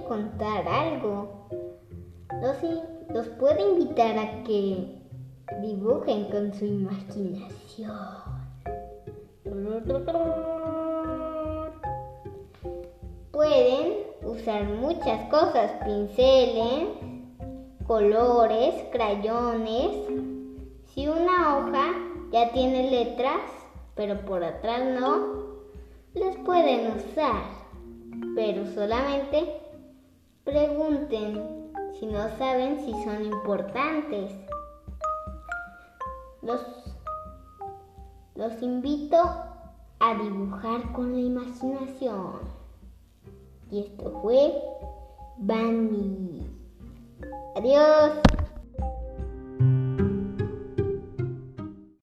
contar algo. Los puedo invitar a que dibujen con su imaginación. Pueden usar muchas cosas: pinceles, colores, crayones. Si una hoja ya tiene letras, pero por atrás no, las pueden usar. Pero solamente pregunten si no saben si son importantes. Los invito a dibujar con la imaginación. Y esto fue Bunny. Adiós.